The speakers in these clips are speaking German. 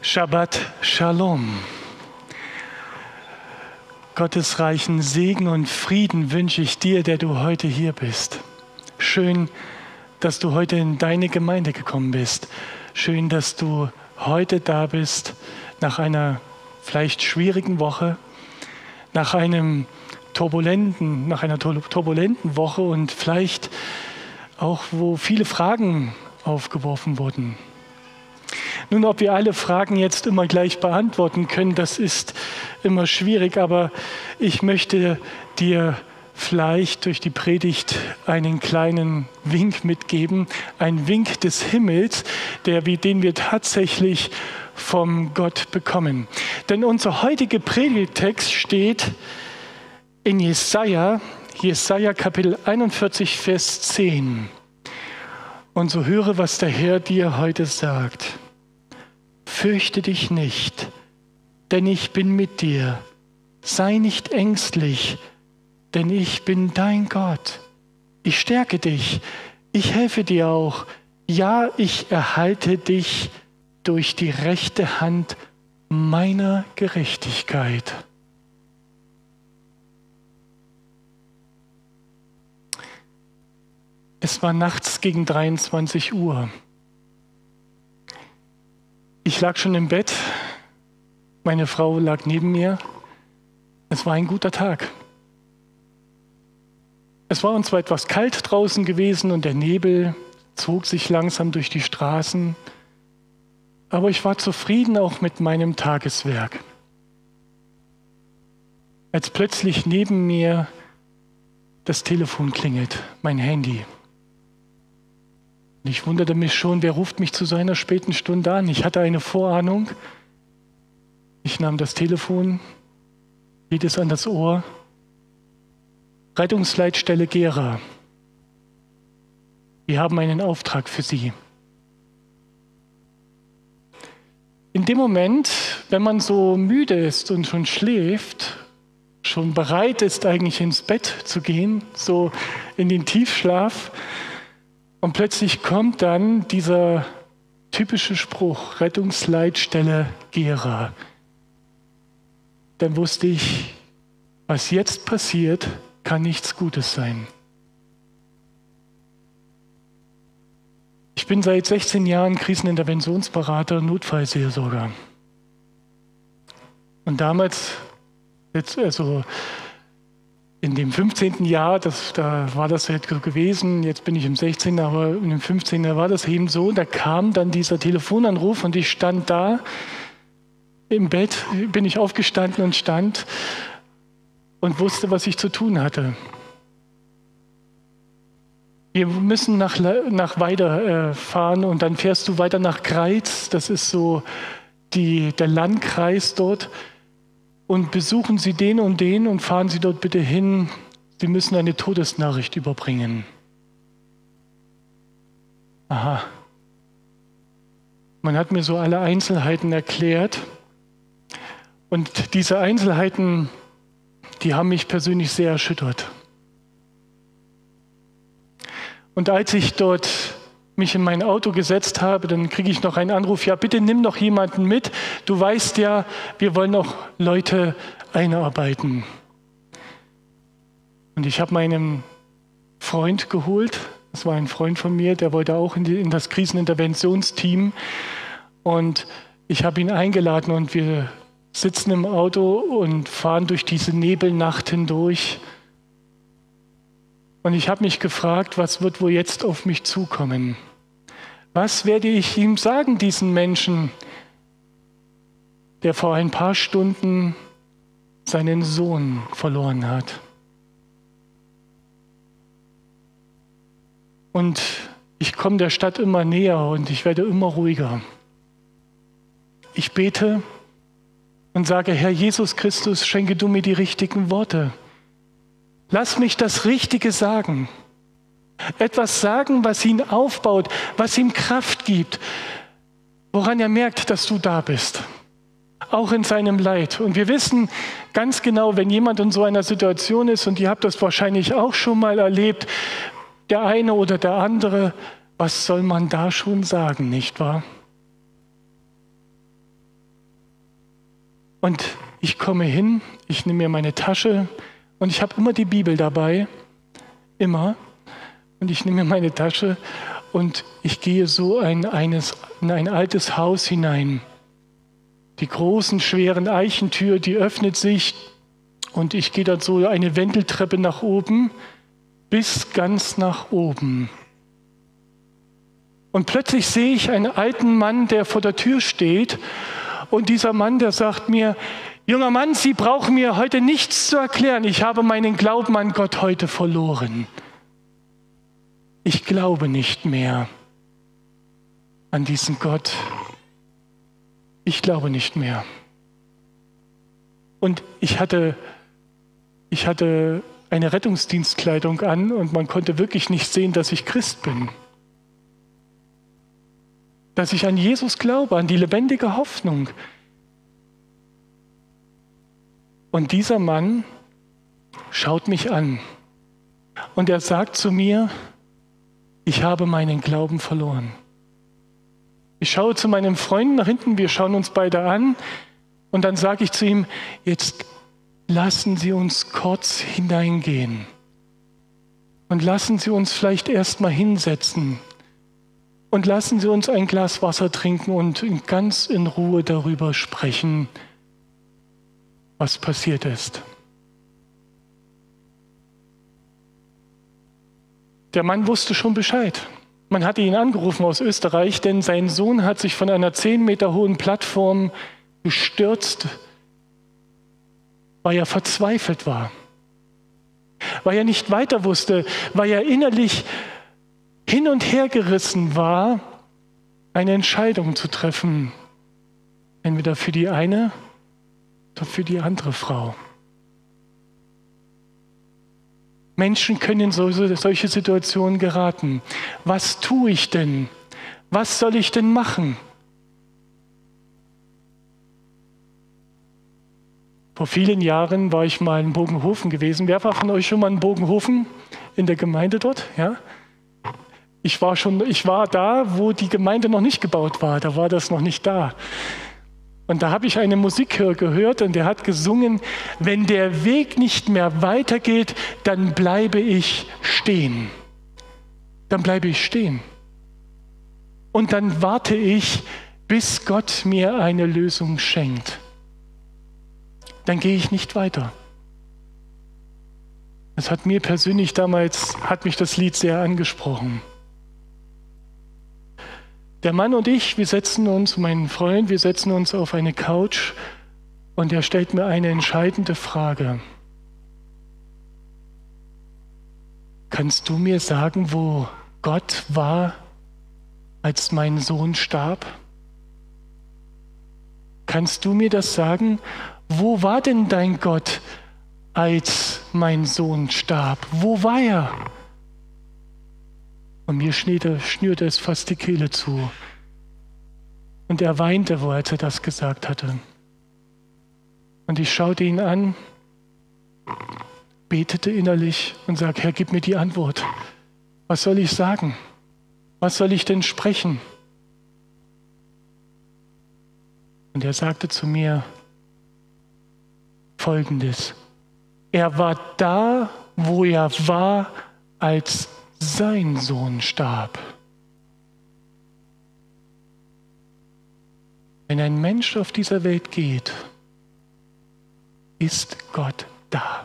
Shabbat Shalom. Gottes reichen Segen und Frieden wünsche ich dir, der du heute hier bist. Schön, dass du heute in deine Gemeinde gekommen bist. Schön, dass du heute da bist, nach einer vielleicht schwierigen Woche, nach einer turbulenten Woche und vielleicht auch, wo viele Fragen aufgeworfen wurden. Nun, ob wir alle Fragen jetzt immer gleich beantworten können, das ist immer schwierig, aber ich möchte dir vielleicht durch die Predigt einen kleinen Wink mitgeben, einen Wink des Himmels, den wir tatsächlich vom Gott bekommen. Denn unser heutiger Predigtext steht in Jesaja Kapitel 41, Vers 10. Und so höre, was der Herr dir heute sagt. Fürchte dich nicht, denn ich bin mit dir. Sei nicht ängstlich, denn ich bin dein Gott. Ich stärke dich, ich helfe dir auch. Ja, ich erhalte dich durch die rechte Hand meiner Gerechtigkeit. Es war nachts gegen 23 Uhr. Ich lag schon im Bett, meine Frau lag neben mir. Es war ein guter Tag. Es war uns zwar etwas kalt draußen gewesen und der Nebel zog sich langsam durch die Straßen, aber ich war zufrieden auch mit meinem Tageswerk. Als plötzlich neben mir das Telefon klingelt, mein Handy. Ich wunderte mich schon, wer ruft mich zu so einer späten Stunde an? Ich hatte eine Vorahnung. Ich nahm das Telefon, hielt es an das Ohr. Rettungsleitstelle Gera. Wir haben einen Auftrag für Sie. In dem Moment, wenn man so müde ist und schon schläft, schon bereit ist, eigentlich ins Bett zu gehen, so in den Tiefschlaf, und plötzlich kommt dann dieser typische Spruch, Rettungsleitstelle Gera. Dann wusste ich, was jetzt passiert, kann nichts Gutes sein. Ich bin seit 16 Jahren Kriseninterventionsberater, Notfallseelsorger. Und damals, in dem 15. Jahr, da war das halt so gewesen, jetzt bin ich im 16., aber in dem 15. Jahr war das eben so, da kam dann dieser Telefonanruf und ich stand da im Bett, bin ich aufgestanden und stand und wusste, was ich zu tun hatte. Wir müssen nach Weida fahren und dann fährst du weiter nach Greiz, das ist so der Landkreis dort. Und besuchen Sie den und fahren Sie dort bitte hin. Sie müssen eine Todesnachricht überbringen. Aha. Man hat mir so alle Einzelheiten erklärt. Und diese Einzelheiten, die haben mich persönlich sehr erschüttert. Und als ich dort mich in mein Auto gesetzt habe, dann kriege ich noch einen Anruf, ja bitte nimm noch jemanden mit, du weißt ja, wir wollen noch Leute einarbeiten. Und ich habe meinen Freund geholt, das war ein Freund von mir, der wollte auch in das Kriseninterventionsteam und ich habe ihn eingeladen und wir sitzen im Auto und fahren durch diese Nebelnacht hindurch. Und ich habe mich gefragt, was wird wohl jetzt auf mich zukommen? Was werde ich ihm sagen, diesen Menschen, der vor ein paar Stunden seinen Sohn verloren hat? Und ich komme der Stadt immer näher und ich werde immer ruhiger. Ich bete und sage, Herr Jesus Christus, schenke du mir die richtigen Worte. Lass mich das Richtige sagen. Etwas sagen, was ihn aufbaut, was ihm Kraft gibt, woran er merkt, dass du da bist. Auch in seinem Leid. Und wir wissen ganz genau, wenn jemand in so einer Situation ist, und ihr habt das wahrscheinlich auch schon mal erlebt, der eine oder der andere, was soll man da schon sagen, nicht wahr? Und ich komme hin, ich nehme mir meine Tasche und ich habe immer die Bibel dabei, immer. Und ich nehme mir meine Tasche und ich gehe so in ein altes Haus hinein. Die großen, schweren Eichentür, die öffnet sich und ich gehe dort so eine Wendeltreppe nach oben, bis ganz nach oben. Und plötzlich sehe ich einen alten Mann, der vor der Tür steht. Und dieser Mann, der sagt mir, junger Mann, Sie brauchen mir heute nichts zu erklären. Ich habe meinen Glauben an Gott heute verloren. Ich glaube nicht mehr an diesen Gott. Ich glaube nicht mehr. Und ich hatte eine Rettungsdienstkleidung an und man konnte wirklich nicht sehen, dass ich Christ bin. Dass ich an Jesus glaube, an die lebendige Hoffnung. Und dieser Mann schaut mich an und er sagt zu mir, ich habe meinen Glauben verloren. Ich schaue zu meinem Freund nach hinten, wir schauen uns beide an und dann sage ich zu ihm, jetzt lassen Sie uns kurz hineingehen und lassen Sie uns vielleicht erst mal hinsetzen und lassen Sie uns ein Glas Wasser trinken und ganz in Ruhe darüber sprechen, was passiert ist. Der Mann wusste schon Bescheid. Man hatte ihn angerufen aus Österreich, denn sein Sohn hat sich von einer 10 Meter hohen Plattform gestürzt, weil er verzweifelt war, weil er nicht weiter wusste, weil er innerlich hin und her gerissen war, eine Entscheidung zu treffen, entweder für die eine oder für die andere Frau. Menschen können in solche Situationen geraten. Was tue ich denn? Was soll ich denn machen? Vor vielen Jahren war ich mal in Bogenhofen gewesen. Wer war von euch schon mal in Bogenhofen in der Gemeinde dort? Ja? Ich war da, wo die Gemeinde noch nicht gebaut war. Da war das noch nicht da. Und da habe ich einen Musikhör gehört und der hat gesungen, wenn der Weg nicht mehr weitergeht, dann bleibe ich stehen. Dann bleibe ich stehen. Und dann warte ich, bis Gott mir eine Lösung schenkt. Dann gehe ich nicht weiter. Das hat mir persönlich damals, hat mich das Lied sehr angesprochen. Der Mann und ich, mein Freund, wir setzen uns auf eine Couch und er stellt mir eine entscheidende Frage. Kannst du mir sagen, wo Gott war, als mein Sohn starb? Kannst du mir das sagen? Wo war denn dein Gott, als mein Sohn starb? Wo war er? Und mir schnürte es fast die Kehle zu. Und er weinte, als er das gesagt hatte. Und ich schaute ihn an, betete innerlich und sagte, Herr, gib mir die Antwort. Was soll ich sagen? Was soll ich denn sprechen? Und er sagte zu mir Folgendes. Er war da, wo er war, als sein Sohn starb. Wenn ein Mensch auf dieser Welt geht, ist Gott da.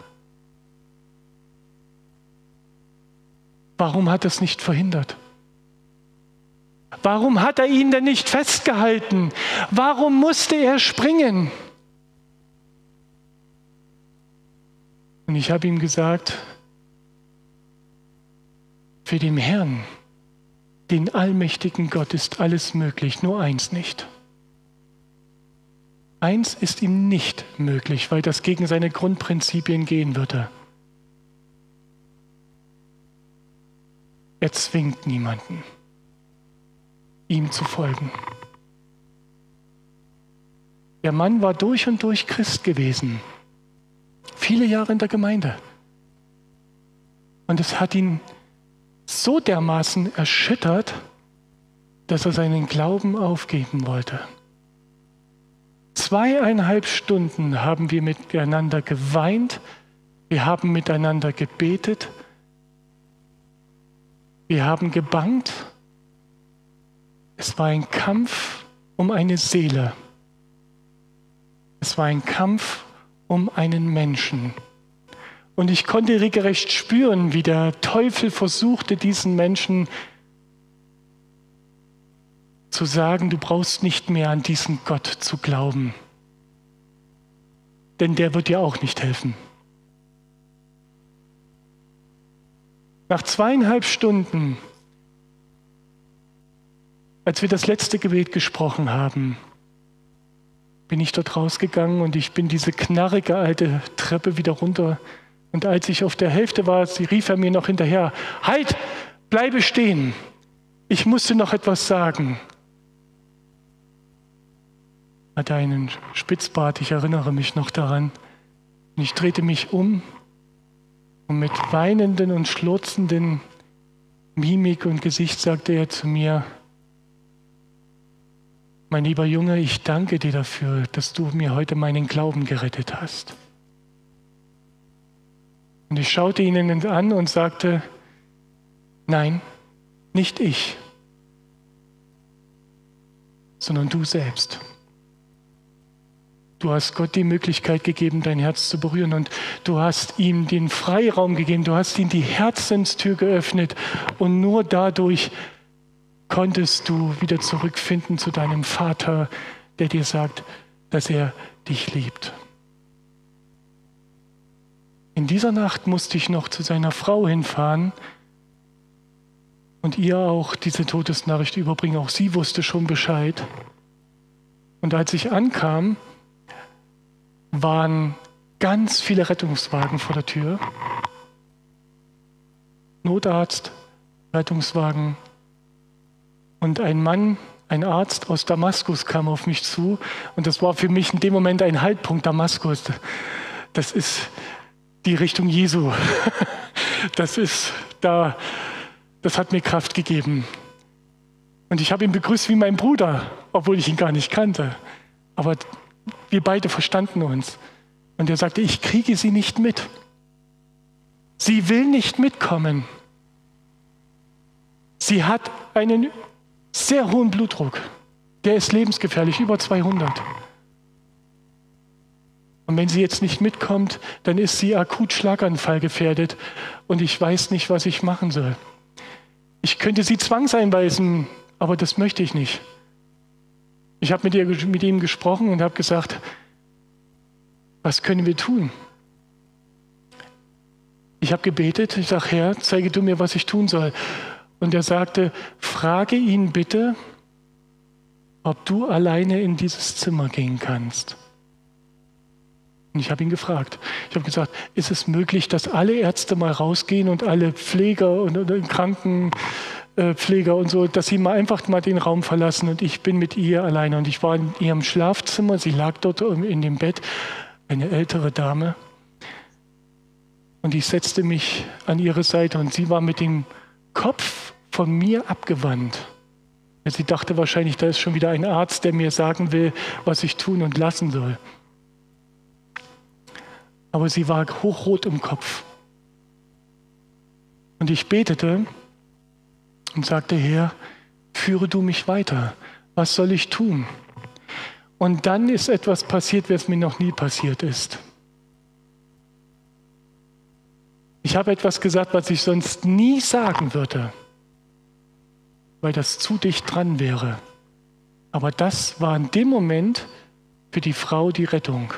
Warum hat er es nicht verhindert? Warum hat er ihn denn nicht festgehalten? Warum musste er springen? Und ich habe ihm gesagt, für den Herrn, den allmächtigen Gott, ist alles möglich, nur eins nicht. Eins ist ihm nicht möglich, weil das gegen seine Grundprinzipien gehen würde. Er zwingt niemanden, ihm zu folgen. Der Mann war durch und durch Christ gewesen, viele Jahre in der Gemeinde. Und es hat ihn so dermaßen erschüttert, dass er seinen Glauben aufgeben wollte. 2,5 Stunden haben wir miteinander geweint, wir haben miteinander gebetet, wir haben gebangt. Es war ein Kampf um eine Seele. Es war ein Kampf um einen Menschen. Und ich konnte regelrecht spüren, wie der Teufel versuchte, diesen Menschen zu sagen, du brauchst nicht mehr an diesen Gott zu glauben. Denn der wird dir auch nicht helfen. Nach 2,5 Stunden, als wir das letzte Gebet gesprochen haben, bin ich dort rausgegangen und ich bin diese knarrige alte Treppe wieder runter. Und als ich auf der Hälfte war, rief er mir noch hinterher, halt, bleibe stehen. Ich musste noch etwas sagen. Er hatte einen Spitzbart, ich erinnere mich noch daran. Und ich drehte mich um und mit weinenden und schluchzenden Mimik und Gesicht sagte er zu mir, mein lieber Junge, ich danke dir dafür, dass du mir heute meinen Glauben gerettet hast. Und ich schaute ihn an und sagte, nein, nicht ich, sondern du selbst. Du hast Gott die Möglichkeit gegeben, dein Herz zu berühren und du hast ihm den Freiraum gegeben, du hast ihm die Herzenstür geöffnet und nur dadurch konntest du wieder zurückfinden zu deinem Vater, der dir sagt, dass er dich liebt. In dieser Nacht musste ich noch zu seiner Frau hinfahren und ihr auch diese Todesnachricht überbringen. Auch sie wusste schon Bescheid. Und als ich ankam, waren ganz viele Rettungswagen vor der Tür. Notarzt, Rettungswagen. Und ein Mann, ein Arzt aus Damaskus kam auf mich zu. Und das war für mich in dem Moment ein Haltpunkt, Damaskus. Das ist die Richtung Jesu. Das ist da, das hat mir Kraft gegeben. Und ich habe ihn begrüßt wie mein Bruder, obwohl ich ihn gar nicht kannte. Aber wir beide verstanden uns. Und er sagte, ich kriege sie nicht mit. Sie will nicht mitkommen. Sie hat einen sehr hohen Blutdruck. Der ist lebensgefährlich, über 200. Und wenn sie jetzt nicht mitkommt, dann ist sie akut schlaganfallgefährdet. Und ich weiß nicht, was ich machen soll. Ich könnte sie zwangseinweisen, aber das möchte ich nicht. Ich habe mit ihm gesprochen und habe gesagt, was können wir tun? Ich habe gebetet, ich sage, Herr, zeige du mir, was ich tun soll. Und er sagte, frage ihn bitte, ob du alleine in dieses Zimmer gehen kannst. Und ich habe ihn gefragt. Ich habe gesagt, ist es möglich, dass alle Ärzte mal rausgehen und alle Pfleger und Krankenpfleger und so, dass sie einfach mal den Raum verlassen und ich bin mit ihr alleine. Und ich war in ihrem Schlafzimmer, sie lag dort in dem Bett, eine ältere Dame. Und ich setzte mich an ihre Seite und sie war mit dem Kopf von mir abgewandt. Sie dachte wahrscheinlich, da ist schon wieder ein Arzt, der mir sagen will, was ich tun und lassen soll. Aber sie war hochrot im Kopf. Und ich betete und sagte, Herr, führe du mich weiter. Was soll ich tun? Und dann ist etwas passiert, was mir noch nie passiert ist. Ich habe etwas gesagt, was ich sonst nie sagen würde, weil das zu dicht dran wäre. Aber das war in dem Moment für die Frau die Rettung.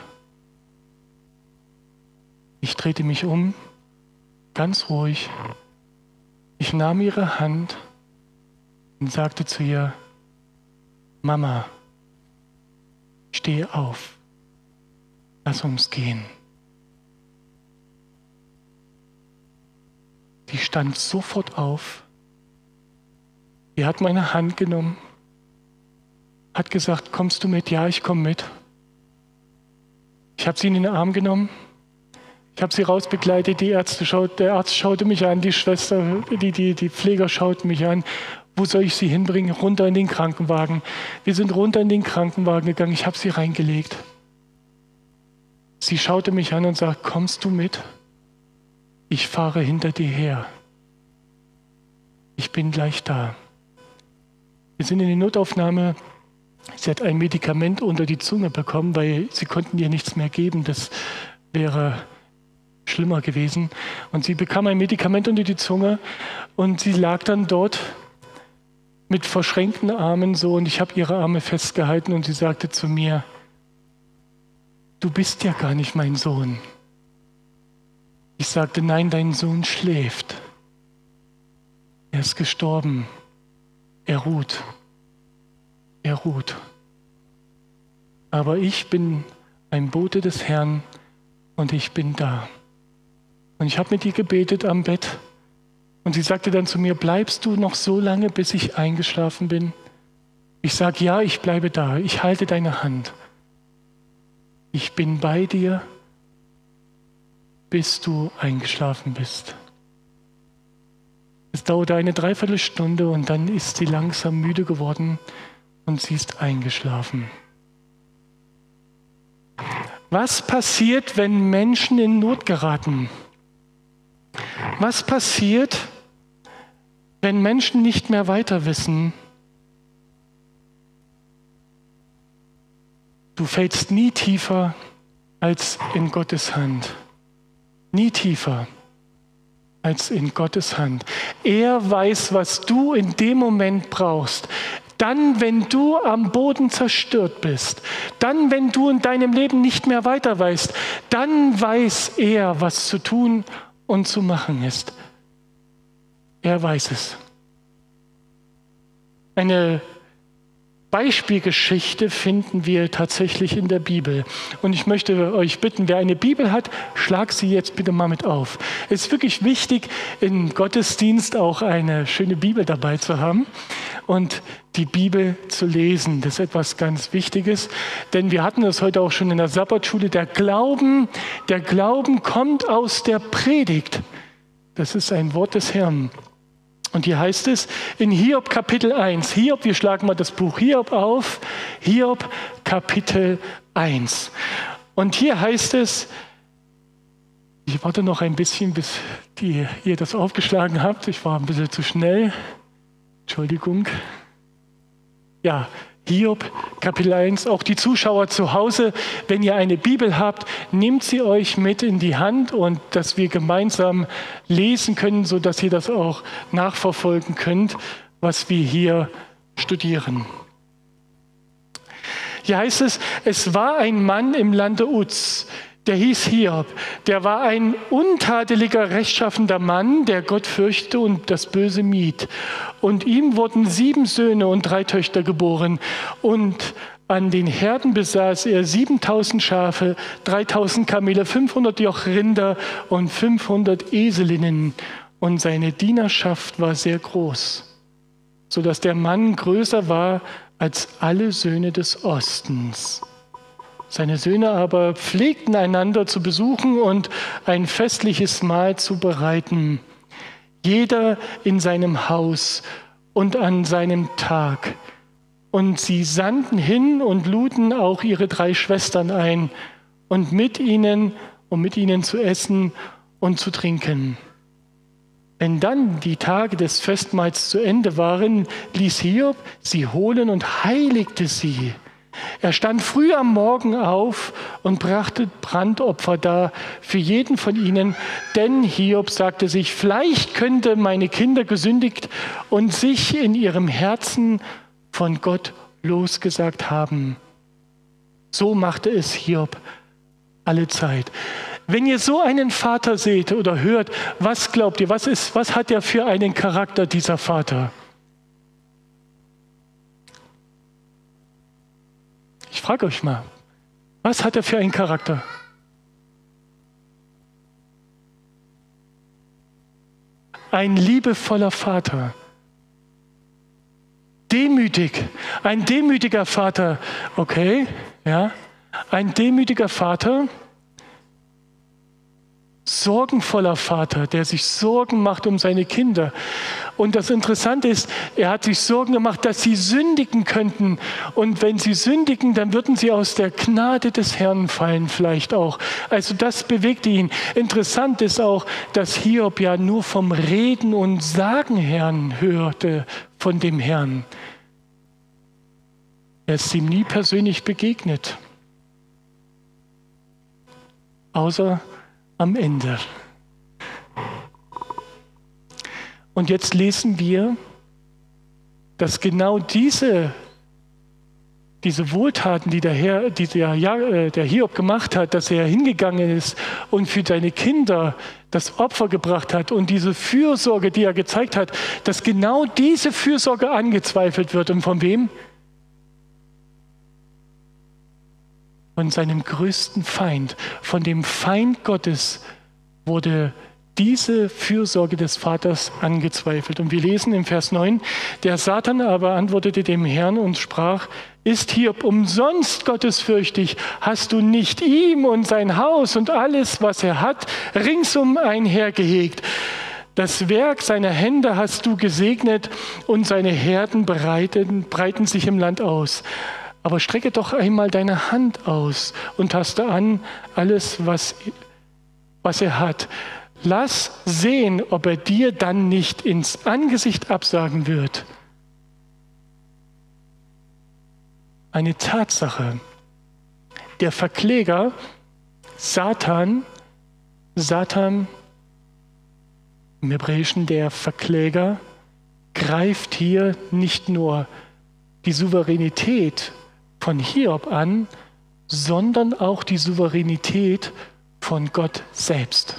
Ich drehte mich um, ganz ruhig. Ich nahm ihre Hand und sagte zu ihr, Mama, steh auf, lass uns gehen. Die stand sofort auf. Sie hat meine Hand genommen, hat gesagt, kommst du mit? Ja, ich komme mit. Ich habe sie in den Arm genommen. Ich habe sie rausbegleitet. Der Arzt schaute mich an, die Schwester, die Pfleger schauten mich an. Wo soll ich sie hinbringen? Runter in den Krankenwagen. Wir sind runter in den Krankenwagen gegangen. Ich habe sie reingelegt. Sie schaute mich an und sagt, kommst du mit? Ich fahre hinter dir her. Ich bin gleich da. Wir sind in die Notaufnahme. Sie hat ein Medikament unter die Zunge bekommen, weil sie konnten ihr nichts mehr geben. Das wäre schlimmer gewesen. Und sie bekam ein Medikament unter die Zunge und sie lag dann dort mit verschränkten Armen so und ich habe ihre Arme festgehalten und sie sagte zu mir, du bist ja gar nicht mein Sohn. Ich sagte, nein, dein Sohn schläft. Er ist gestorben. Er ruht. Er ruht. Aber ich bin ein Bote des Herrn und ich bin da. Und ich habe mit ihr gebetet am Bett und sie sagte dann zu mir, bleibst du noch so lange, bis ich eingeschlafen bin? Ich sage, ja, ich bleibe da. Ich halte deine Hand. Ich bin bei dir, bis du eingeschlafen bist. Es dauerte eine Dreiviertelstunde und dann ist sie langsam müde geworden und sie ist eingeschlafen. Was passiert, wenn Menschen in Not geraten? Was passiert, wenn Menschen nicht mehr weiter wissen? Du fällst nie tiefer als in Gottes Hand. Nie tiefer als in Gottes Hand. Er weiß, was du in dem Moment brauchst. Dann, wenn du am Boden zerstört bist, dann, wenn du in deinem Leben nicht mehr weiter weißt, dann weiß er, was zu tun und zu machen ist. Er weiß es. Eine Beispielgeschichte finden wir tatsächlich in der Bibel. Und ich möchte euch bitten, wer eine Bibel hat, schlag sie jetzt bitte mal mit auf. Es ist wirklich wichtig, im Gottesdienst auch eine schöne Bibel dabei zu haben und die Bibel zu lesen. Das ist etwas ganz Wichtiges, denn wir hatten das heute auch schon in der Sabbatschule. Der Glauben kommt aus der Predigt. Das ist ein Wort des Herrn. Und hier heißt es in Hiob Kapitel 1, Hiob, wir schlagen mal das Buch Hiob auf, Hiob Kapitel 1. Und hier heißt es, ich warte noch ein bisschen, bis ihr das aufgeschlagen habt, ich war ein bisschen zu schnell, Entschuldigung. Ja, Hiob Kapitel 1, auch die Zuschauer zu Hause, wenn ihr eine Bibel habt, nehmt sie euch mit in die Hand und dass wir gemeinsam lesen können, sodass ihr das auch nachverfolgen könnt, was wir hier studieren. Hier heißt es, es war ein Mann im Lande Uz, der hieß Hiob, der war ein untadeliger, rechtschaffender Mann, der Gott fürchtete und das Böse mied. Und ihm wurden 7 Söhne und 3 Töchter geboren. Und an den Herden besaß er 7.000 Schafe, 3.000 Kamele, 500 Joch Rinder und 500 Eselinnen. Und seine Dienerschaft war sehr groß, sodass der Mann größer war als alle Söhne des Ostens. Seine Söhne aber pflegten einander zu besuchen und ein festliches Mahl zu bereiten, jeder in seinem Haus und an seinem Tag. Und sie sandten hin und luden auch ihre 3 Schwestern ein und mit ihnen zu essen und zu trinken. Wenn dann die Tage des Festmahls zu Ende waren, ließ Hiob sie holen und heiligte sie. Er stand früh am Morgen auf und brachte Brandopfer dar für jeden von ihnen, denn Hiob sagte sich, vielleicht könnte meine Kinder gesündigt und sich in ihrem Herzen von Gott losgesagt haben. So machte es Hiob alle Zeit. Wenn ihr so einen Vater seht oder hört, was glaubt ihr, was hat er für einen Charakter, dieser Vater? Ich frage euch mal, was hat er für einen Charakter? Ein liebevoller Vater. Demütig. Ein demütiger Vater. Okay, ja. Ein demütiger Vater. sorgenvoller Vater, der sich Sorgen macht um seine Kinder. Und das Interessante ist, er hat sich Sorgen gemacht, dass sie sündigen könnten. Und wenn sie sündigen, dann würden sie aus der Gnade des Herrn fallen vielleicht auch. Also das bewegte ihn. Interessant ist auch, dass Hiob ja nur vom Reden und Sagen Herrn hörte, von dem Herrn. Er ist ihm nie persönlich begegnet. Außer am Ende. Und jetzt lesen wir, dass genau diese Wohltaten, die der Hiob gemacht hat, dass er hingegangen ist und für seine Kinder das Opfer gebracht hat und diese Fürsorge, die er gezeigt hat, dass genau diese Fürsorge angezweifelt wird. Und von wem? Von seinem größten Feind, von dem Feind Gottes wurde diese Fürsorge des Vaters angezweifelt. Und wir lesen im Vers 9, der Satan aber antwortete dem Herrn und sprach, ist Hiob umsonst gottesfürchtig? Hast du nicht ihm und sein Haus und alles, was er hat, ringsum einhergehegt? Das Werk seiner Hände hast du gesegnet und seine Herden breiten sich im Land aus. Aber strecke doch einmal deine Hand aus und taste an alles, was er hat. Lass sehen, ob er dir dann nicht ins Angesicht absagen wird. Eine Tatsache. Der Verkläger, Satan im Hebräischen der Verkläger, greift hier nicht nur die Souveränität von Hiob an, sondern auch die Souveränität von Gott selbst.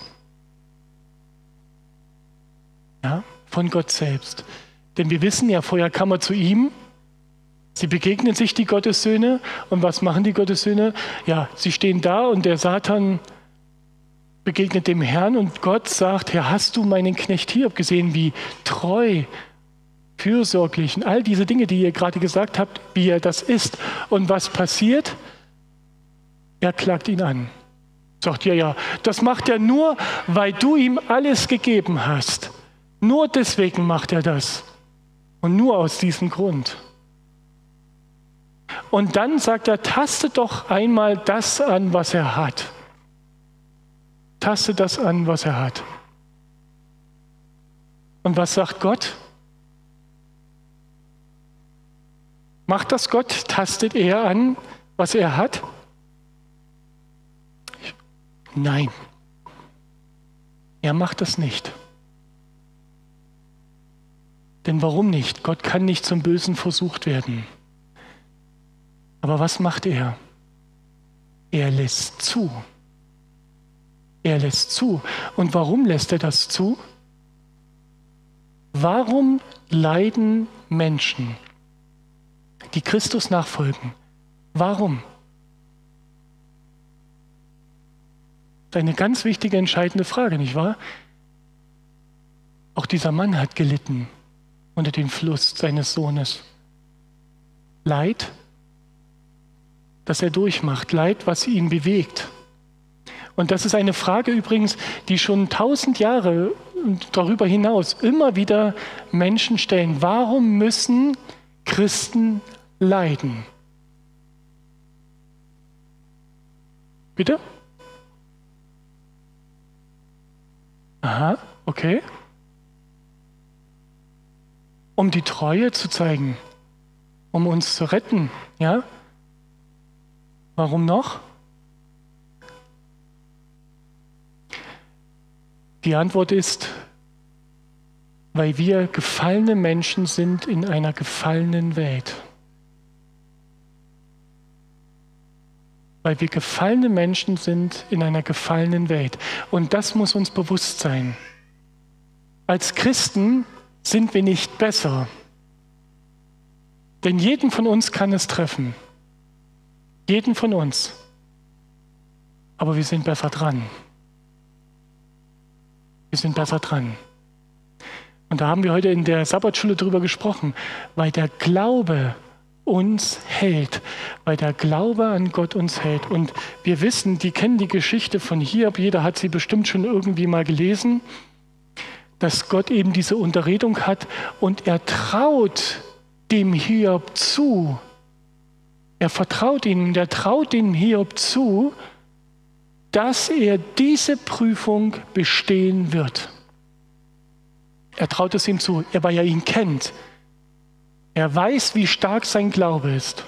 Ja, von Gott selbst. Denn wir wissen ja, vorher kam er zu ihm, sie begegnen sich, die Gottessöhne, und was machen die Gottessöhne? Ja, sie stehen da und der Satan begegnet dem Herrn und Gott sagt, Herr, hast du meinen Knecht Hiob gesehen, wie treu, fürsorglich und all diese Dinge, die ihr gerade gesagt habt, wie er das ist. Und was passiert? Er klagt ihn an. Sagt, ja, das macht er nur, weil du ihm alles gegeben hast. Nur deswegen macht er das. Und nur aus diesem Grund. Und dann sagt er, taste doch einmal das an, was er hat. Taste das an, was er hat. Und was sagt Gott? Macht das Gott? Tastet er an, was er hat? Nein. Er macht das nicht. Denn warum nicht? Gott kann nicht zum Bösen versucht werden. Aber was macht er? Er lässt zu. Er lässt zu. Und warum lässt er das zu? Warum leiden Menschen, die Christus nachfolgen? Warum? Das ist eine ganz wichtige, entscheidende Frage, nicht wahr? Auch dieser Mann hat gelitten unter dem Fluss seines Sohnes. Leid, das er durchmacht, Leid, was ihn bewegt. Und das ist eine Frage übrigens, die schon 1000 Jahre und darüber hinaus immer wieder Menschen stellen. Warum müssen Christen leiden? Bitte? Aha, okay. Um die Treue zu zeigen, um uns zu retten, ja? Warum noch? Die Antwort ist, weil wir gefallene Menschen sind in einer gefallenen Welt. Weil wir gefallene Menschen sind in einer gefallenen Welt. Und das muss uns bewusst sein. Als Christen sind wir nicht besser. Denn jeden von uns kann es treffen. Jeden von uns. Aber wir sind besser dran. Wir sind besser dran. Und da haben wir heute in der Sabbatschule drüber gesprochen, weil der Glaube uns hält, weil der Glaube an Gott uns hält. Und wir wissen, die kennen die Geschichte von Hiob, jeder hat sie bestimmt schon irgendwie mal gelesen, dass Gott eben diese Unterredung hat und er traut dem Hiob zu. Er vertraut ihm und er traut dem Hiob zu, dass er diese Prüfung bestehen wird. Er traut es ihm zu, weil er ihn kennt. Er weiß, wie stark sein Glaube ist.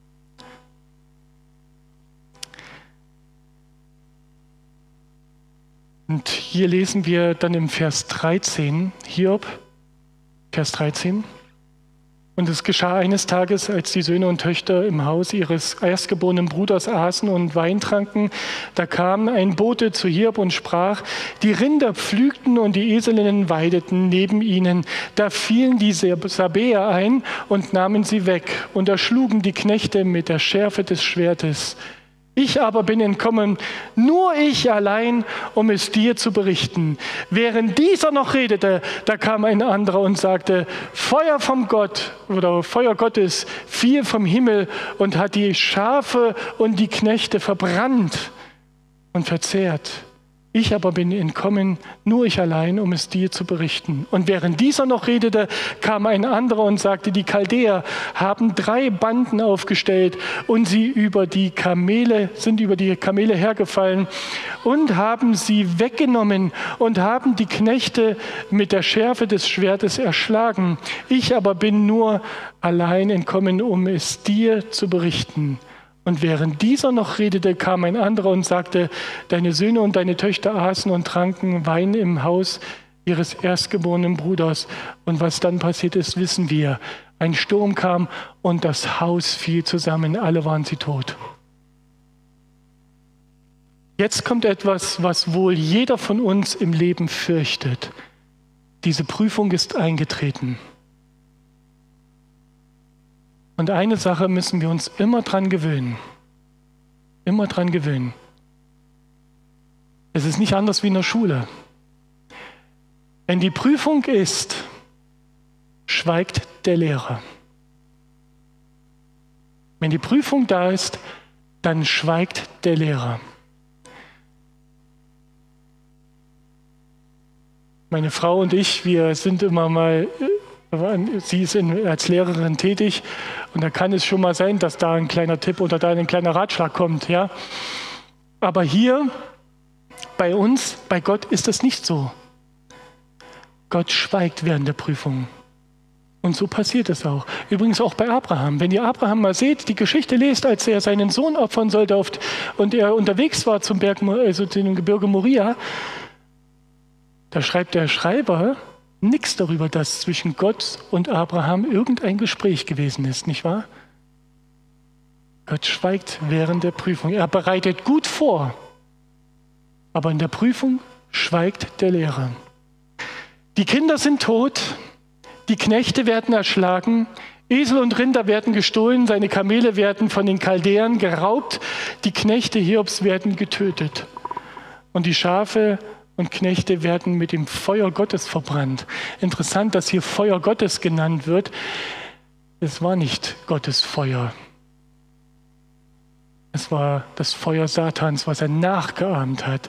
Und hier lesen wir dann im Vers 13, Hiob, Vers 13. Und es geschah eines Tages, als die Söhne und Töchter im Haus ihres erstgeborenen Bruders aßen und Wein tranken, da kam ein Bote zu Hiob und sprach, die Rinder pflügten und die Eselinnen weideten neben ihnen. Da fielen die Sabäer ein und nahmen sie weg und erschlugen die Knechte mit der Schärfe des Schwertes. Ich aber bin entkommen, nur ich allein, um es dir zu berichten. Während dieser noch redete, da kam ein anderer und sagte, Feuer vom Gott oder Feuer Gottes fiel vom Himmel und hat die Schafe und die Knechte verbrannt und verzehrt. Ich aber bin entkommen, nur ich allein, um es dir zu berichten. Und während dieser noch redete, kam ein anderer und sagte, die Chaldäer haben 3 Banden aufgestellt und sie sind über die Kamele hergefallen und haben sie weggenommen und haben die Knechte mit der Schärfe des Schwertes erschlagen. Ich aber bin nur allein entkommen, um es dir zu berichten. Und während dieser noch redete, kam ein anderer und sagte, deine Söhne und deine Töchter aßen und tranken Wein im Haus ihres erstgeborenen Bruders. Und was dann passiert ist, wissen wir. Ein Sturm kam und das Haus fiel zusammen. Alle waren sie tot. Jetzt kommt etwas, was wohl jeder von uns im Leben fürchtet. Diese Prüfung ist eingetreten. Und eine Sache müssen wir uns immer dran gewöhnen. Immer dran gewöhnen. Es ist nicht anders wie in der Schule. Wenn die Prüfung ist, schweigt der Lehrer. Wenn die Prüfung da ist, dann schweigt der Lehrer. Meine Frau und ich, wir sind immer mal... Sie ist als Lehrerin tätig und da kann es schon mal sein, dass da ein kleiner Tipp oder da ein kleiner Ratschlag kommt. Ja? Aber hier bei uns, bei Gott ist das nicht so. Gott schweigt während der Prüfung. Und so passiert es auch. Übrigens auch bei Abraham. Wenn ihr Abraham mal seht, die Geschichte lest, als er seinen Sohn opfern sollte und er unterwegs war zum Gebirge Moria, da schreibt der Schreiber, nichts darüber, dass zwischen Gott und Abraham irgendein Gespräch gewesen ist, nicht wahr? Gott schweigt während der Prüfung. Er bereitet gut vor, aber in der Prüfung schweigt der Lehrer. Die Kinder sind tot, die Knechte werden erschlagen, Esel und Rinder werden gestohlen, seine Kamele werden von den Chaldäern geraubt, die Knechte Hiobs werden getötet und die Schafe und Knechte werden mit dem Feuer Gottes verbrannt. Interessant, dass hier Feuer Gottes genannt wird. Es war nicht Gottes Feuer. Es war das Feuer Satans, was er nachgeahmt hat.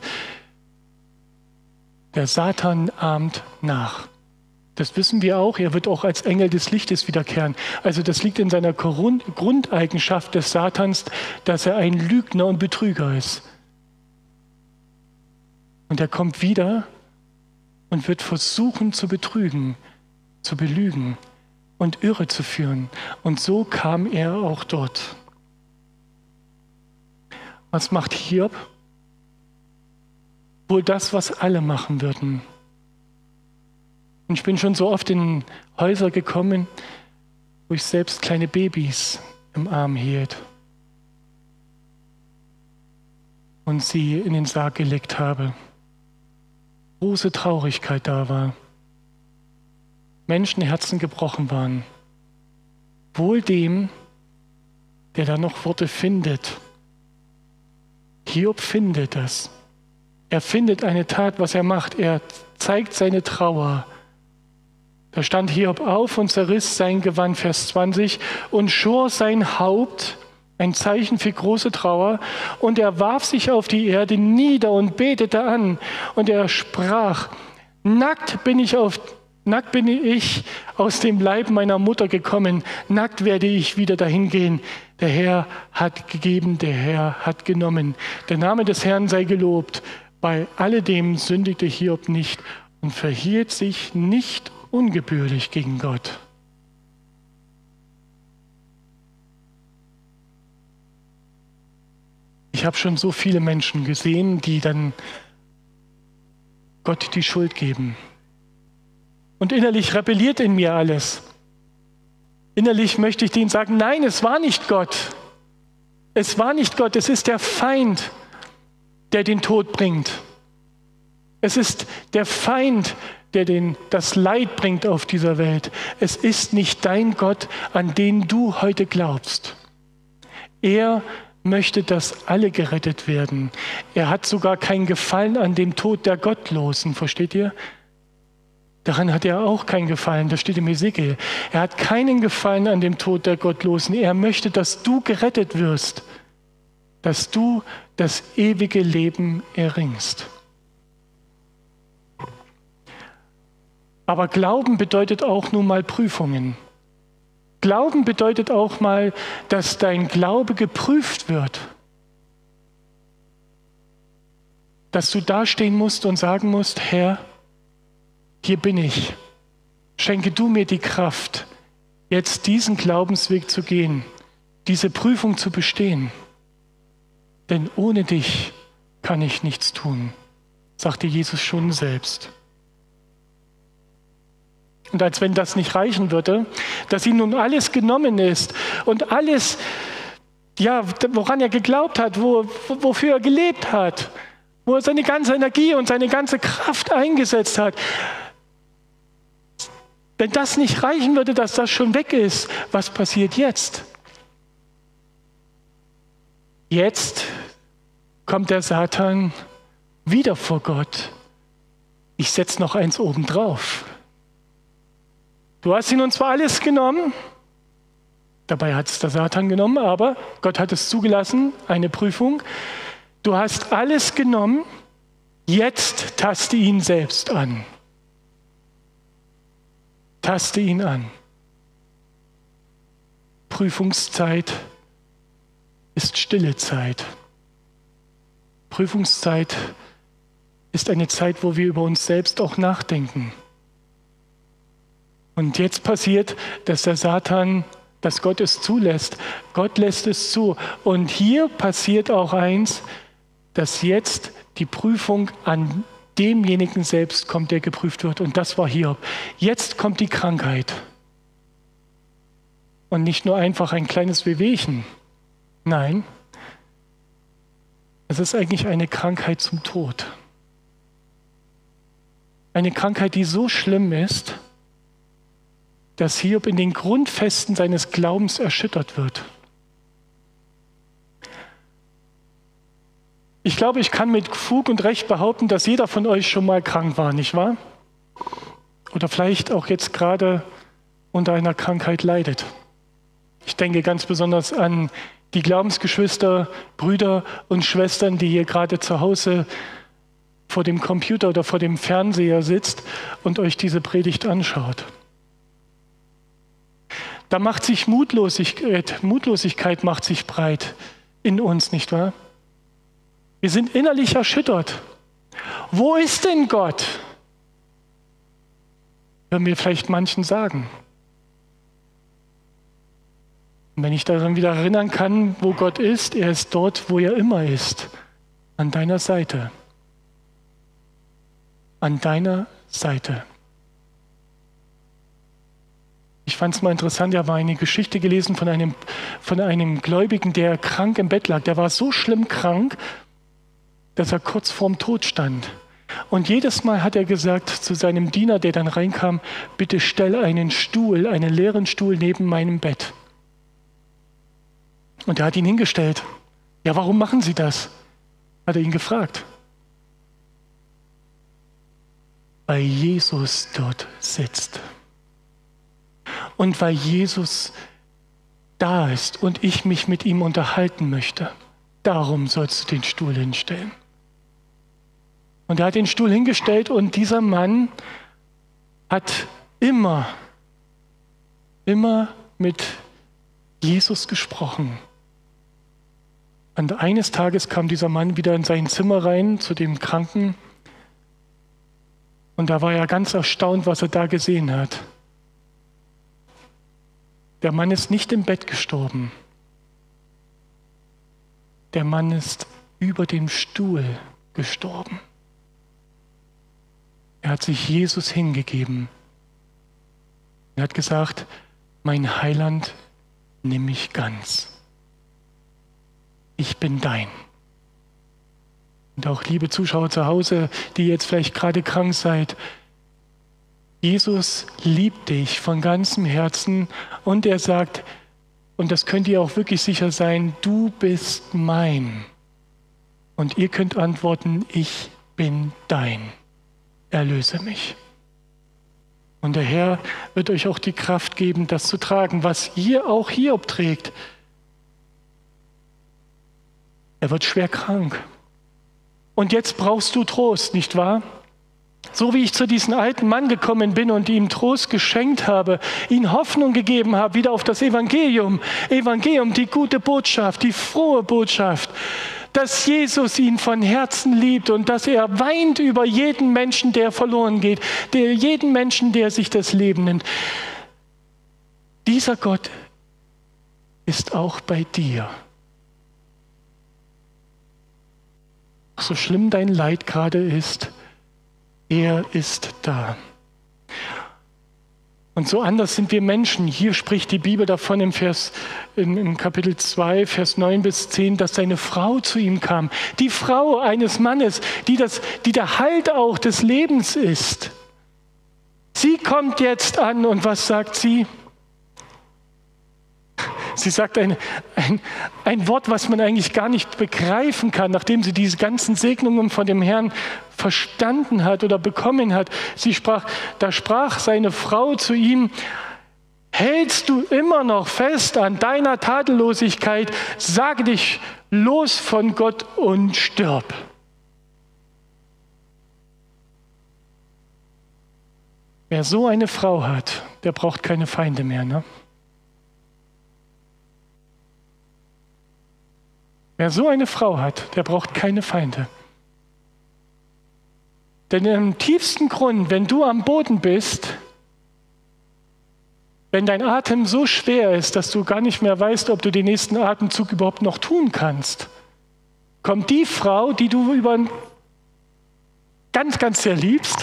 Der Satan ahmt nach. Das wissen wir auch. Er wird auch als Engel des Lichtes wiederkehren. Also das liegt in seiner Grundeigenschaft des Satans, dass er ein Lügner und Betrüger ist. Und er kommt wieder und wird versuchen zu betrügen, zu belügen und irre zu führen. Und so kam er auch dort. Was macht Hiob? Wohl das, was alle machen würden. Und ich bin schon so oft in Häuser gekommen, wo ich selbst kleine Babys im Arm hielt und sie in den Sarg gelegt habe. Große Traurigkeit da war. Menschenherzen gebrochen waren. Wohl dem, der da noch Worte findet. Hiob findet das. Er findet eine Tat, was er macht. Er zeigt seine Trauer. Da stand Hiob auf und zerriss sein Gewand, Vers 20, und schor sein Haupt, ein Zeichen für große Trauer, und er warf sich auf die Erde nieder und betete an. Und er sprach, nackt bin ich aus dem Leib meiner Mutter gekommen, nackt werde ich wieder dahin gehen. Der Herr hat gegeben, der Herr hat genommen. Der Name des Herrn sei gelobt. Bei alledem sündigte Hiob nicht und verhielt sich nicht ungebührlich gegen Gott. Ich habe schon so viele Menschen gesehen, die dann Gott die Schuld geben. Und innerlich rebelliert in mir alles. Innerlich möchte ich denen sagen, nein, es war nicht Gott. Es war nicht Gott, es ist der Feind, der den Tod bringt. Es ist der Feind, der das Leid bringt auf dieser Welt. Es ist nicht dein Gott, an den du heute glaubst. Er möchte, dass alle gerettet werden. Er hat sogar kein Gefallen an dem Tod der Gottlosen, versteht ihr? Daran hat er auch keinen Gefallen, das steht im Hesekiel. Er hat keinen Gefallen an dem Tod der Gottlosen. Er möchte, dass du gerettet wirst, dass du das ewige Leben erringst. Aber Glauben bedeutet auch nun mal Prüfungen. Glauben bedeutet auch mal, dass dein Glaube geprüft wird. Dass du dastehen musst und sagen musst, Herr, hier bin ich. Schenke du mir die Kraft, jetzt diesen Glaubensweg zu gehen, diese Prüfung zu bestehen. Denn ohne dich kann ich nichts tun, sagte Jesus schon selbst. Und als wenn das nicht reichen würde, dass ihm nun alles genommen ist und alles, ja, woran er geglaubt hat, wofür er gelebt hat, wo er seine ganze Energie und seine ganze Kraft eingesetzt hat. Wenn das nicht reichen würde, dass das schon weg ist, was passiert jetzt? Jetzt kommt der Satan wieder vor Gott. Ich setze noch eins obendrauf. Du hast ihn uns zwar alles genommen, dabei hat es der Satan genommen, aber Gott hat es zugelassen, eine Prüfung. Du hast alles genommen, jetzt taste ihn selbst an. Taste ihn an. Prüfungszeit ist stille Zeit. Prüfungszeit ist eine Zeit, wo wir über uns selbst auch nachdenken. Und jetzt passiert, dass der Satan, dass Gott es zulässt. Gott lässt es zu. Und hier passiert auch eins, dass jetzt die Prüfung an demjenigen selbst kommt, der geprüft wird. Und das war Hiob. Jetzt kommt die Krankheit. Und nicht nur einfach ein kleines Wehwehchen. Nein, es ist eigentlich eine Krankheit zum Tod. Eine Krankheit, die so schlimm ist, dass Hiob in den Grundfesten seines Glaubens erschüttert wird. Ich glaube, ich kann mit Fug und Recht behaupten, dass jeder von euch schon mal krank war, nicht wahr? Oder vielleicht auch jetzt gerade unter einer Krankheit leidet. Ich denke ganz besonders an die Glaubensgeschwister, Brüder und Schwestern, die hier gerade zu Hause vor dem Computer oder vor dem Fernseher sitzt und euch diese Predigt anschaut. Da macht sich Mutlosigkeit macht sich breit in uns, nicht wahr? Wir sind innerlich erschüttert. Wo ist denn Gott? Hören wir vielleicht manchen sagen. Und wenn ich daran wieder erinnern kann, wo Gott ist, er ist dort, wo er immer ist. An deiner Seite. An deiner Seite. Ich fand es mal interessant, ich habe eine Geschichte gelesen von einem Gläubigen, der krank im Bett lag. Der war so schlimm krank, dass er kurz vorm Tod stand. Und jedes Mal hat er gesagt zu seinem Diener, der dann reinkam, bitte stell einen leeren Stuhl neben meinem Bett. Und er hat ihn hingestellt. Ja, warum machen Sie das? Hat er ihn gefragt. Weil Jesus dort sitzt. und weil Jesus da ist und ich mich mit ihm unterhalten möchte. Darum sollst du den Stuhl hinstellen. Und er hat den Stuhl hingestellt und dieser Mann hat immer mit Jesus gesprochen. Und eines Tages kam dieser Mann wieder in sein Zimmer rein zu dem Kranken und da war er ganz erstaunt, was er da gesehen hat. Der Mann ist nicht im Bett gestorben. Der Mann ist über dem Stuhl gestorben. Er hat sich Jesus hingegeben. Er hat gesagt, mein Heiland, nimm mich ganz. Ich bin dein. Und auch liebe Zuschauer zu Hause, die jetzt vielleicht gerade krank seid, Jesus liebt dich von ganzem Herzen und er sagt, und das könnt ihr auch wirklich sicher sein, du bist mein. Und ihr könnt antworten, ich bin dein. Erlöse mich. Und der Herr wird euch auch die Kraft geben, das zu tragen, was ihr auch Hiob trägt. Er wird schwer krank. Und jetzt brauchst du Trost, nicht wahr? So wie ich zu diesem alten Mann gekommen bin und ihm Trost geschenkt habe, ihm Hoffnung gegeben habe, wieder auf das Evangelium, die gute Botschaft, die frohe Botschaft, dass Jesus ihn von Herzen liebt und dass er weint über jeden Menschen, der verloren geht, jeden Menschen, der sich das Leben nimmt. Dieser Gott ist auch bei dir. So schlimm dein Leid gerade ist, er ist da. Und so anders sind wir Menschen. Hier spricht die Bibel davon im Kapitel 2, Vers 9 bis 10, dass seine Frau zu ihm kam. Die Frau eines Mannes, die der Halt auch des Lebens ist. Sie kommt jetzt an und was sagt sie? Sie sagt ein Wort, was man eigentlich gar nicht begreifen kann, nachdem sie diese ganzen Segnungen von dem Herrn verstanden hat oder bekommen hat. Da sprach seine Frau zu ihm, hältst du immer noch fest an deiner Tadellosigkeit, sage dich los von Gott und stirb. Wer so eine Frau hat, der braucht keine Feinde mehr, ne? Wer so eine Frau hat, der braucht keine Feinde. Denn im tiefsten Grund, wenn du am Boden bist, wenn dein Atem so schwer ist, dass du gar nicht mehr weißt, ob du den nächsten Atemzug überhaupt noch tun kannst, kommt die Frau, die du ganz, ganz sehr liebst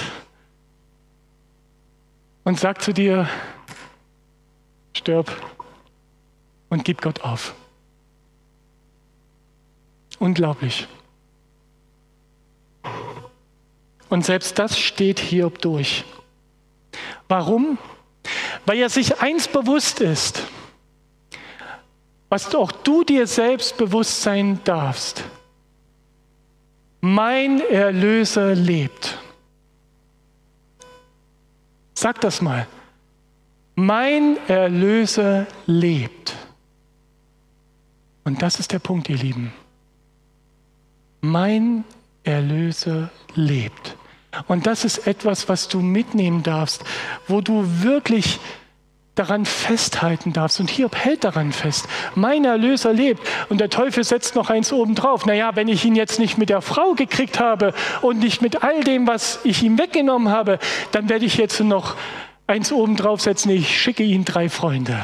und sagt zu dir, stirb und gib Gott auf. Unglaublich. Und selbst das steht Hiob durch. Warum? Weil er sich eins bewusst ist, was auch du dir selbst bewusst sein darfst. Mein Erlöser lebt. Sag das mal. Mein Erlöser lebt. Und das ist der Punkt, ihr Lieben. Mein Erlöser lebt. Und das ist etwas, was du mitnehmen darfst, wo du wirklich daran festhalten darfst. Und Hiob hält daran fest. Mein Erlöser lebt. Und der Teufel setzt noch eins oben drauf. Naja, wenn ich ihn jetzt nicht mit der Frau gekriegt habe und nicht mit all dem, was ich ihm weggenommen habe, dann werde ich jetzt noch eins oben draufsetzen. Ich schicke ihm 3 Freunde.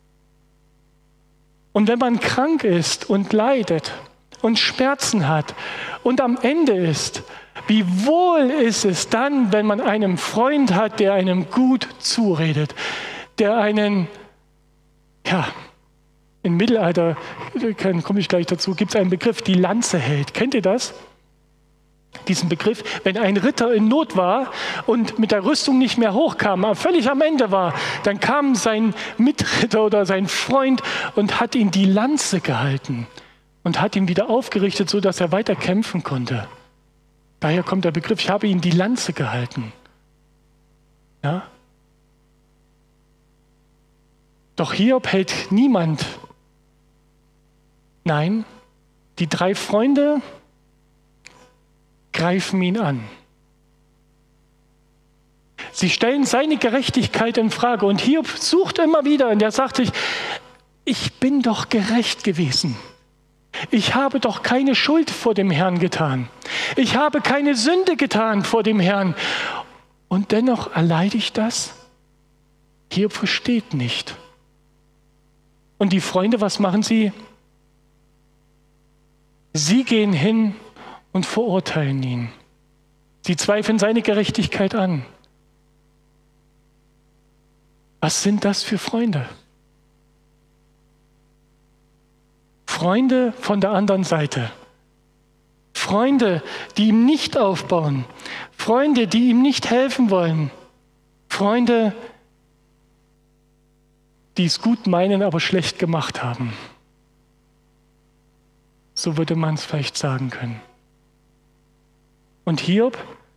Und wenn man krank ist und leidet, und Schmerzen hat und am Ende ist, wie wohl ist es dann, wenn man einen Freund hat, der einem gut zuredet, der einen, im Mittelalter, komme ich gleich dazu, gibt es einen Begriff, die Lanze hält. Kennt ihr das? Diesen Begriff, wenn ein Ritter in Not war und mit der Rüstung nicht mehr hochkam, aber völlig am Ende war, dann kam sein Mitritter oder sein Freund und hat ihm die Lanze gehalten. Und hat ihn wieder aufgerichtet, sodass er weiter kämpfen konnte. Daher kommt der Begriff, ich habe ihm die Lanze gehalten. Ja? Doch Hiob hält niemand. Nein, die 3 Freunde greifen ihn an. Sie stellen seine Gerechtigkeit in Frage. Und Hiob sucht immer wieder und er sagt sich, ich bin doch gerecht gewesen. Ich habe doch keine Schuld vor dem Herrn getan. Ich habe keine Sünde getan vor dem Herrn. Und dennoch erleide ich das? Hiob versteht nicht. Und die Freunde, was machen sie? Sie gehen hin und verurteilen ihn. Sie zweifeln seine Gerechtigkeit an. Was sind das für Freunde? Freunde von der anderen Seite. Freunde, die ihm nicht aufbauen. Freunde, die ihm nicht helfen wollen. Freunde, die es gut meinen, aber schlecht gemacht haben. So würde man es vielleicht sagen können. Und Hiob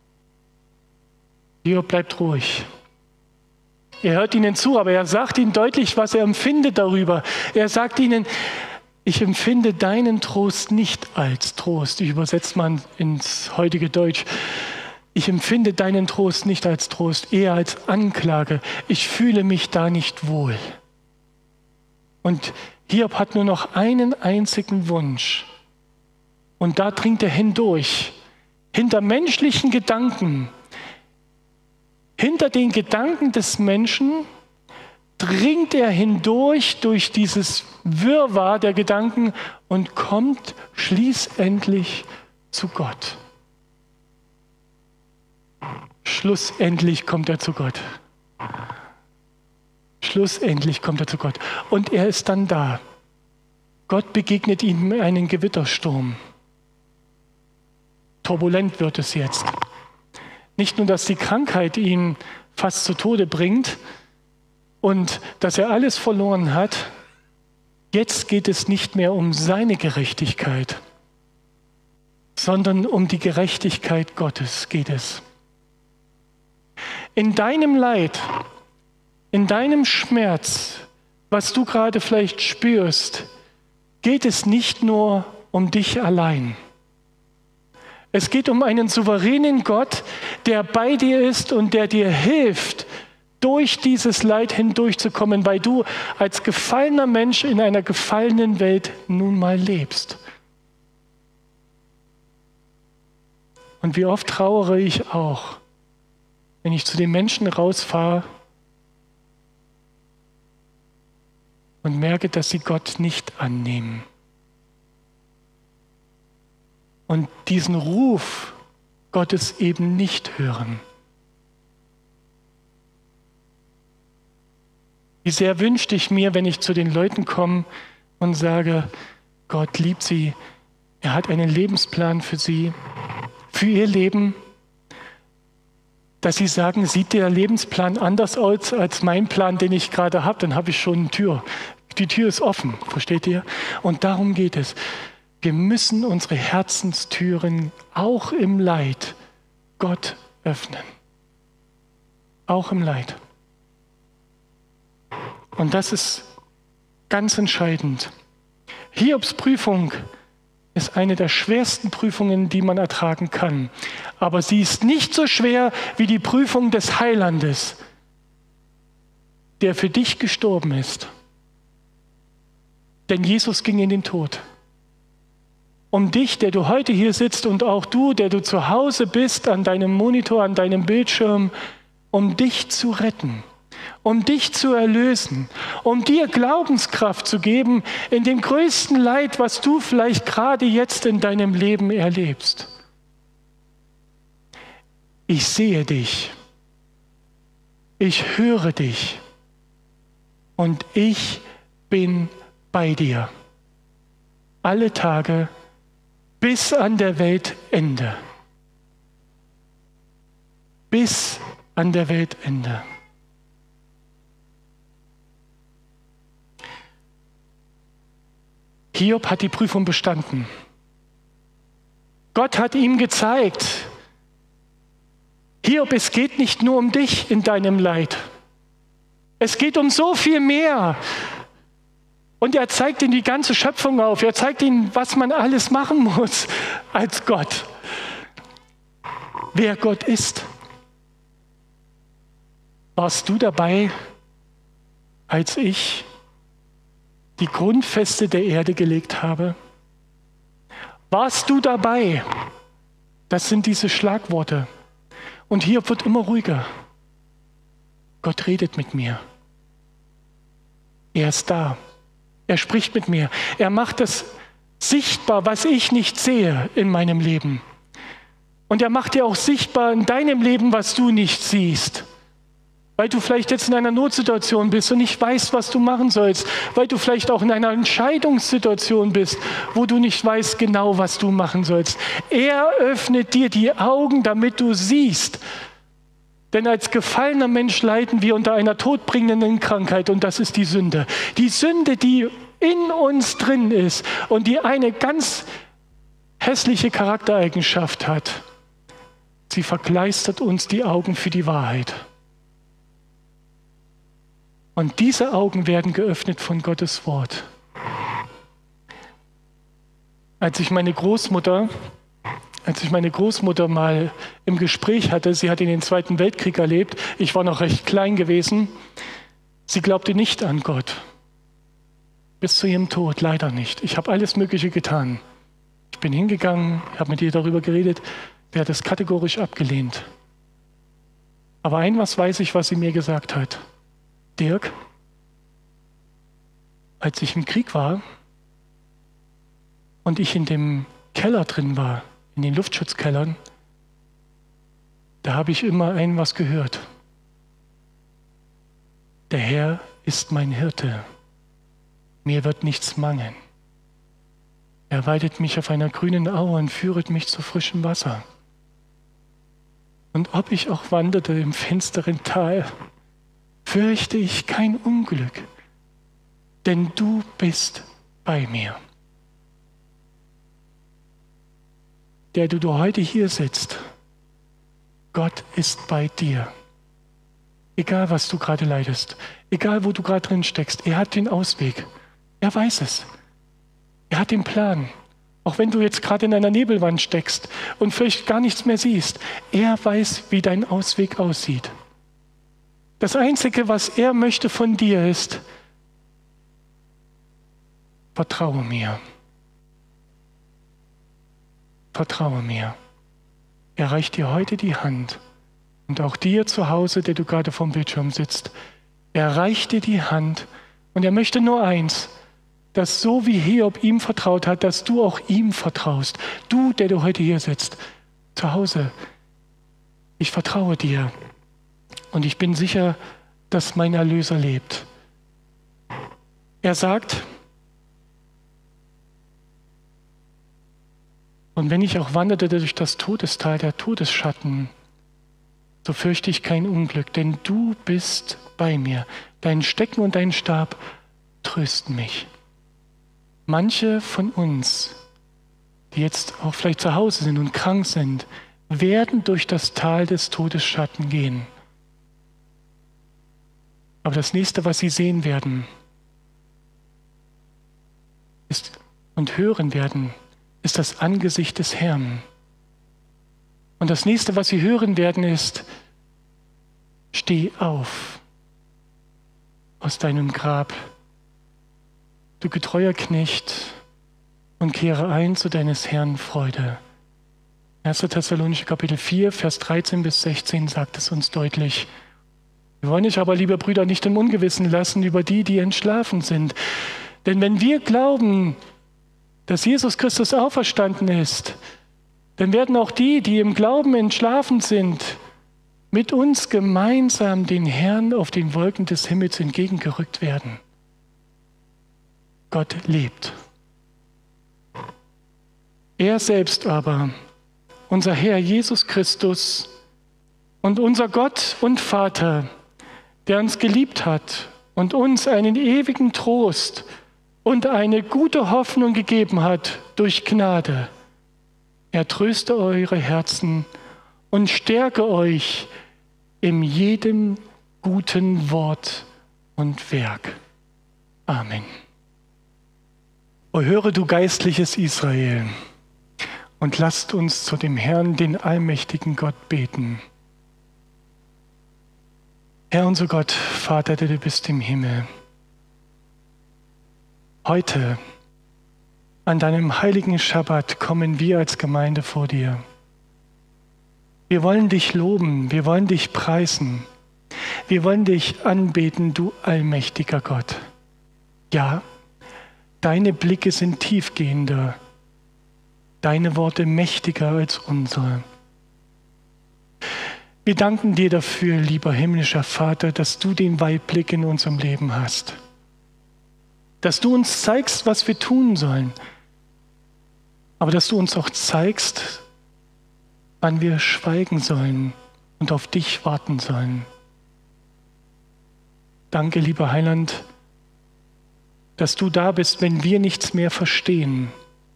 bleibt ruhig. Er hört ihnen zu, aber er sagt ihnen deutlich, was er empfindet darüber. Er sagt ihnen, ich empfinde deinen Trost nicht als Trost. Ich übersetze mal ins heutige Deutsch. Ich empfinde deinen Trost nicht als Trost, eher als Anklage. Ich fühle mich da nicht wohl. Und Hiob hat nur noch einen einzigen Wunsch. Und da dringt er hindurch. Hinter menschlichen Gedanken, hinter den Gedanken des Menschen dringt er hindurch durch dieses Wirrwarr der Gedanken und kommt schließlich zu Gott. Schlussendlich kommt er zu Gott. Schlussendlich kommt er zu Gott. Und er ist dann da. Gott begegnet ihm in einem Gewittersturm. Turbulent wird es jetzt. Nicht nur, dass die Krankheit ihn fast zu Tode bringt und dass er alles verloren hat, jetzt geht es nicht mehr um seine Gerechtigkeit, sondern um die Gerechtigkeit Gottes geht es. In deinem Leid, in deinem Schmerz, was du gerade vielleicht spürst, geht es nicht nur um dich allein. Es geht um einen souveränen Gott, der bei dir ist und der dir hilft, durch dieses Leid hindurchzukommen, weil du als gefallener Mensch in einer gefallenen Welt nun mal lebst. Und wie oft trauere ich auch, wenn ich zu den Menschen rausfahre und merke, dass sie Gott nicht annehmen. Und diesen Ruf Gottes eben nicht hören. Wie sehr wünschte ich mir, wenn ich zu den Leuten komme und sage, Gott liebt sie, er hat einen Lebensplan für sie, für ihr Leben, dass sie sagen, sieht der Lebensplan anders aus als mein Plan, den ich gerade habe, dann habe ich schon eine Tür. Die Tür ist offen, versteht ihr? Und darum geht es. Wir müssen unsere Herzenstüren auch im Leid Gott öffnen. Auch im Leid. Und das ist ganz entscheidend. Hiobs Prüfung ist eine der schwersten Prüfungen, die man ertragen kann. Aber sie ist nicht so schwer wie die Prüfung des Heilandes, der für dich gestorben ist. Denn Jesus ging in den Tod. Um dich, der du heute hier sitzt und auch du, der du zu Hause bist, an deinem Monitor, an deinem Bildschirm, um dich zu retten, um dich zu erlösen, um dir Glaubenskraft zu geben in dem größten Leid, was du vielleicht gerade jetzt in deinem Leben erlebst. Ich sehe dich, ich höre dich und ich bin bei dir. Alle Tage bis an der Weltende. Bis an der Weltende. Hiob hat die Prüfung bestanden. Gott hat ihm gezeigt, Hiob, es geht nicht nur um dich in deinem Leid. Es geht um so viel mehr. Und er zeigt ihnen die ganze Schöpfung auf. Er zeigt ihnen, was man alles machen muss als Gott. Wer Gott ist. Warst du dabei, als ich die Grundfeste der Erde gelegt habe? Warst du dabei? Das sind diese Schlagworte. Und hier wird immer ruhiger. Gott redet mit mir. Er ist da. Er spricht mit mir. Er macht es sichtbar, was ich nicht sehe in meinem Leben. Und er macht dir auch sichtbar in deinem Leben, was du nicht siehst. Weil du vielleicht jetzt in einer Notsituation bist und nicht weißt, was du machen sollst. Weil du vielleicht auch in einer Entscheidungssituation bist, wo du nicht weißt genau, was du machen sollst. Er öffnet dir die Augen, damit du siehst. Denn als gefallener Mensch leiden wir unter einer todbringenden Krankheit und das ist die Sünde. Die Sünde, die in uns drin ist und die eine ganz hässliche Charaktereigenschaft hat. Sie verkleistert uns die Augen für die Wahrheit. Und diese Augen werden geöffnet von Gottes Wort. Als ich meine Großmutter mal im Gespräch hatte, sie hat den Zweiten Weltkrieg erlebt, ich war noch recht klein gewesen, sie glaubte nicht an Gott. Bis zu ihrem Tod, leider nicht. Ich habe alles Mögliche getan. Ich bin hingegangen, habe mit ihr darüber geredet, sie hat es kategorisch abgelehnt. Aber was weiß ich, was sie mir gesagt hat. Dirk, als ich im Krieg war und ich in dem Keller drin war, in den Luftschutzkellern, da habe ich immer was gehört. Der Herr ist mein Hirte, mir wird nichts mangeln. Er weidet mich auf einer grünen Aue und führet mich zu frischem Wasser. Und ob ich auch wanderte im finsteren Tal, fürchte ich kein Unglück, denn du bist bei mir. Der du heute hier sitzt, Gott ist bei dir. Egal, was du gerade leidest, egal, wo du gerade drin steckst, er hat den Ausweg. Er weiß es. Er hat den Plan. Auch wenn du jetzt gerade in einer Nebelwand steckst und vielleicht gar nichts mehr siehst, er weiß, wie dein Ausweg aussieht. Das Einzige, was er möchte von dir ist, vertraue mir. Vertraue mir. Er reicht dir heute die Hand. Und auch dir zu Hause, der du gerade vorm Bildschirm sitzt. Er reicht dir die Hand und er möchte nur eins, dass so wie Hiob ihm vertraut hat, dass du auch ihm vertraust. Du, der du heute hier sitzt, zu Hause. Ich vertraue dir und ich bin sicher, dass mein Erlöser lebt. Er sagt, und wenn ich auch wanderte durch das Todestal der Todesschatten, so fürchte ich kein Unglück, denn du bist bei mir. Dein Stecken und dein Stab trösten mich. Manche von uns, die jetzt auch vielleicht zu Hause sind und krank sind, werden durch das Tal des Todesschatten gehen. Aber das nächste, was sie sehen werden und hören werden, ist das Angesicht des Herrn. Und das nächste, was sie hören werden, ist, steh auf aus deinem Grab, du getreuer Knecht, und kehre ein zu deines Herrn Freude. 1. Thessalonicher Kapitel 4, Vers 13 bis 16 sagt es uns deutlich. Wir wollen euch aber, liebe Brüder, nicht im Ungewissen lassen über die, die entschlafen sind. Denn wenn wir glauben, dass Jesus Christus auferstanden ist, dann werden auch die, die im Glauben entschlafen sind, mit uns gemeinsam den Herrn auf den Wolken des Himmels entgegengerückt werden. Gott lebt. Er selbst aber, unser Herr Jesus Christus und unser Gott und Vater, der uns geliebt hat und uns einen ewigen Trost und eine gute Hoffnung gegeben hat durch Gnade. Er tröste eure Herzen und stärke euch in jedem guten Wort und Werk. Amen. O höre du geistliches Israel, und lasst uns zu dem Herrn, den allmächtigen Gott, beten. Herr unser Gott, Vater, der du bist im Himmel, heute an deinem heiligen Schabbat kommen wir als Gemeinde vor dir. Wir wollen dich loben, wir wollen dich preisen, wir wollen dich anbeten, du allmächtiger Gott. Ja, deine Blicke sind tiefgehender, deine Worte mächtiger als unsere. Wir danken dir dafür, lieber himmlischer Vater, dass du den Weitblick in unserem Leben hast. Dass du uns zeigst, was wir tun sollen, aber dass du uns auch zeigst, wann wir schweigen sollen und auf dich warten sollen. Danke, lieber Heiland, dass du da bist, wenn wir nichts mehr verstehen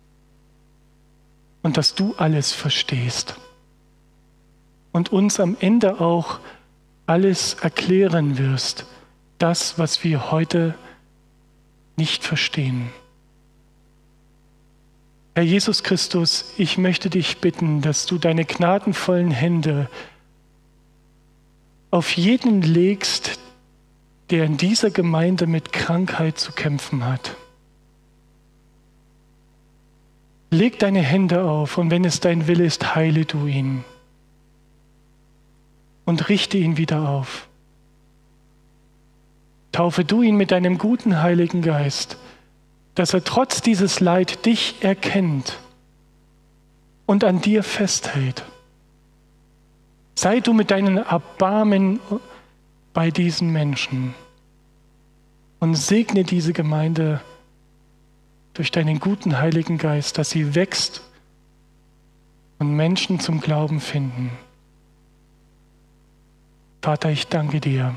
und dass du alles verstehst und uns am Ende auch alles erklären wirst, das, was wir heute nicht verstehen. Herr Jesus Christus, ich möchte dich bitten, dass du deine gnadenvollen Hände auf jeden legst, der in dieser Gemeinde mit Krankheit zu kämpfen hat. Leg deine Hände auf und wenn es dein Wille ist, heile du ihn und richte ihn wieder auf. Taufe du ihn mit deinem guten Heiligen Geist, dass er trotz dieses Leid dich erkennt und an dir festhält. Sei du mit deinen Erbarmen bei diesen Menschen und segne diese Gemeinde durch deinen guten Heiligen Geist, dass sie wächst und Menschen zum Glauben finden. Vater, ich danke dir,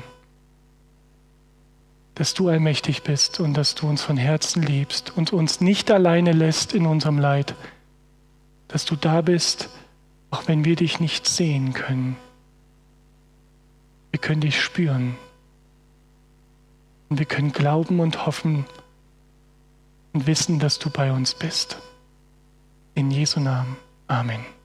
dass du allmächtig bist und dass du uns von Herzen liebst und uns nicht alleine lässt in unserem Leid, dass du da bist, auch wenn wir dich nicht sehen können. Wir können dich spüren und wir können glauben und hoffen und wissen, dass du bei uns bist. In Jesu Namen. Amen.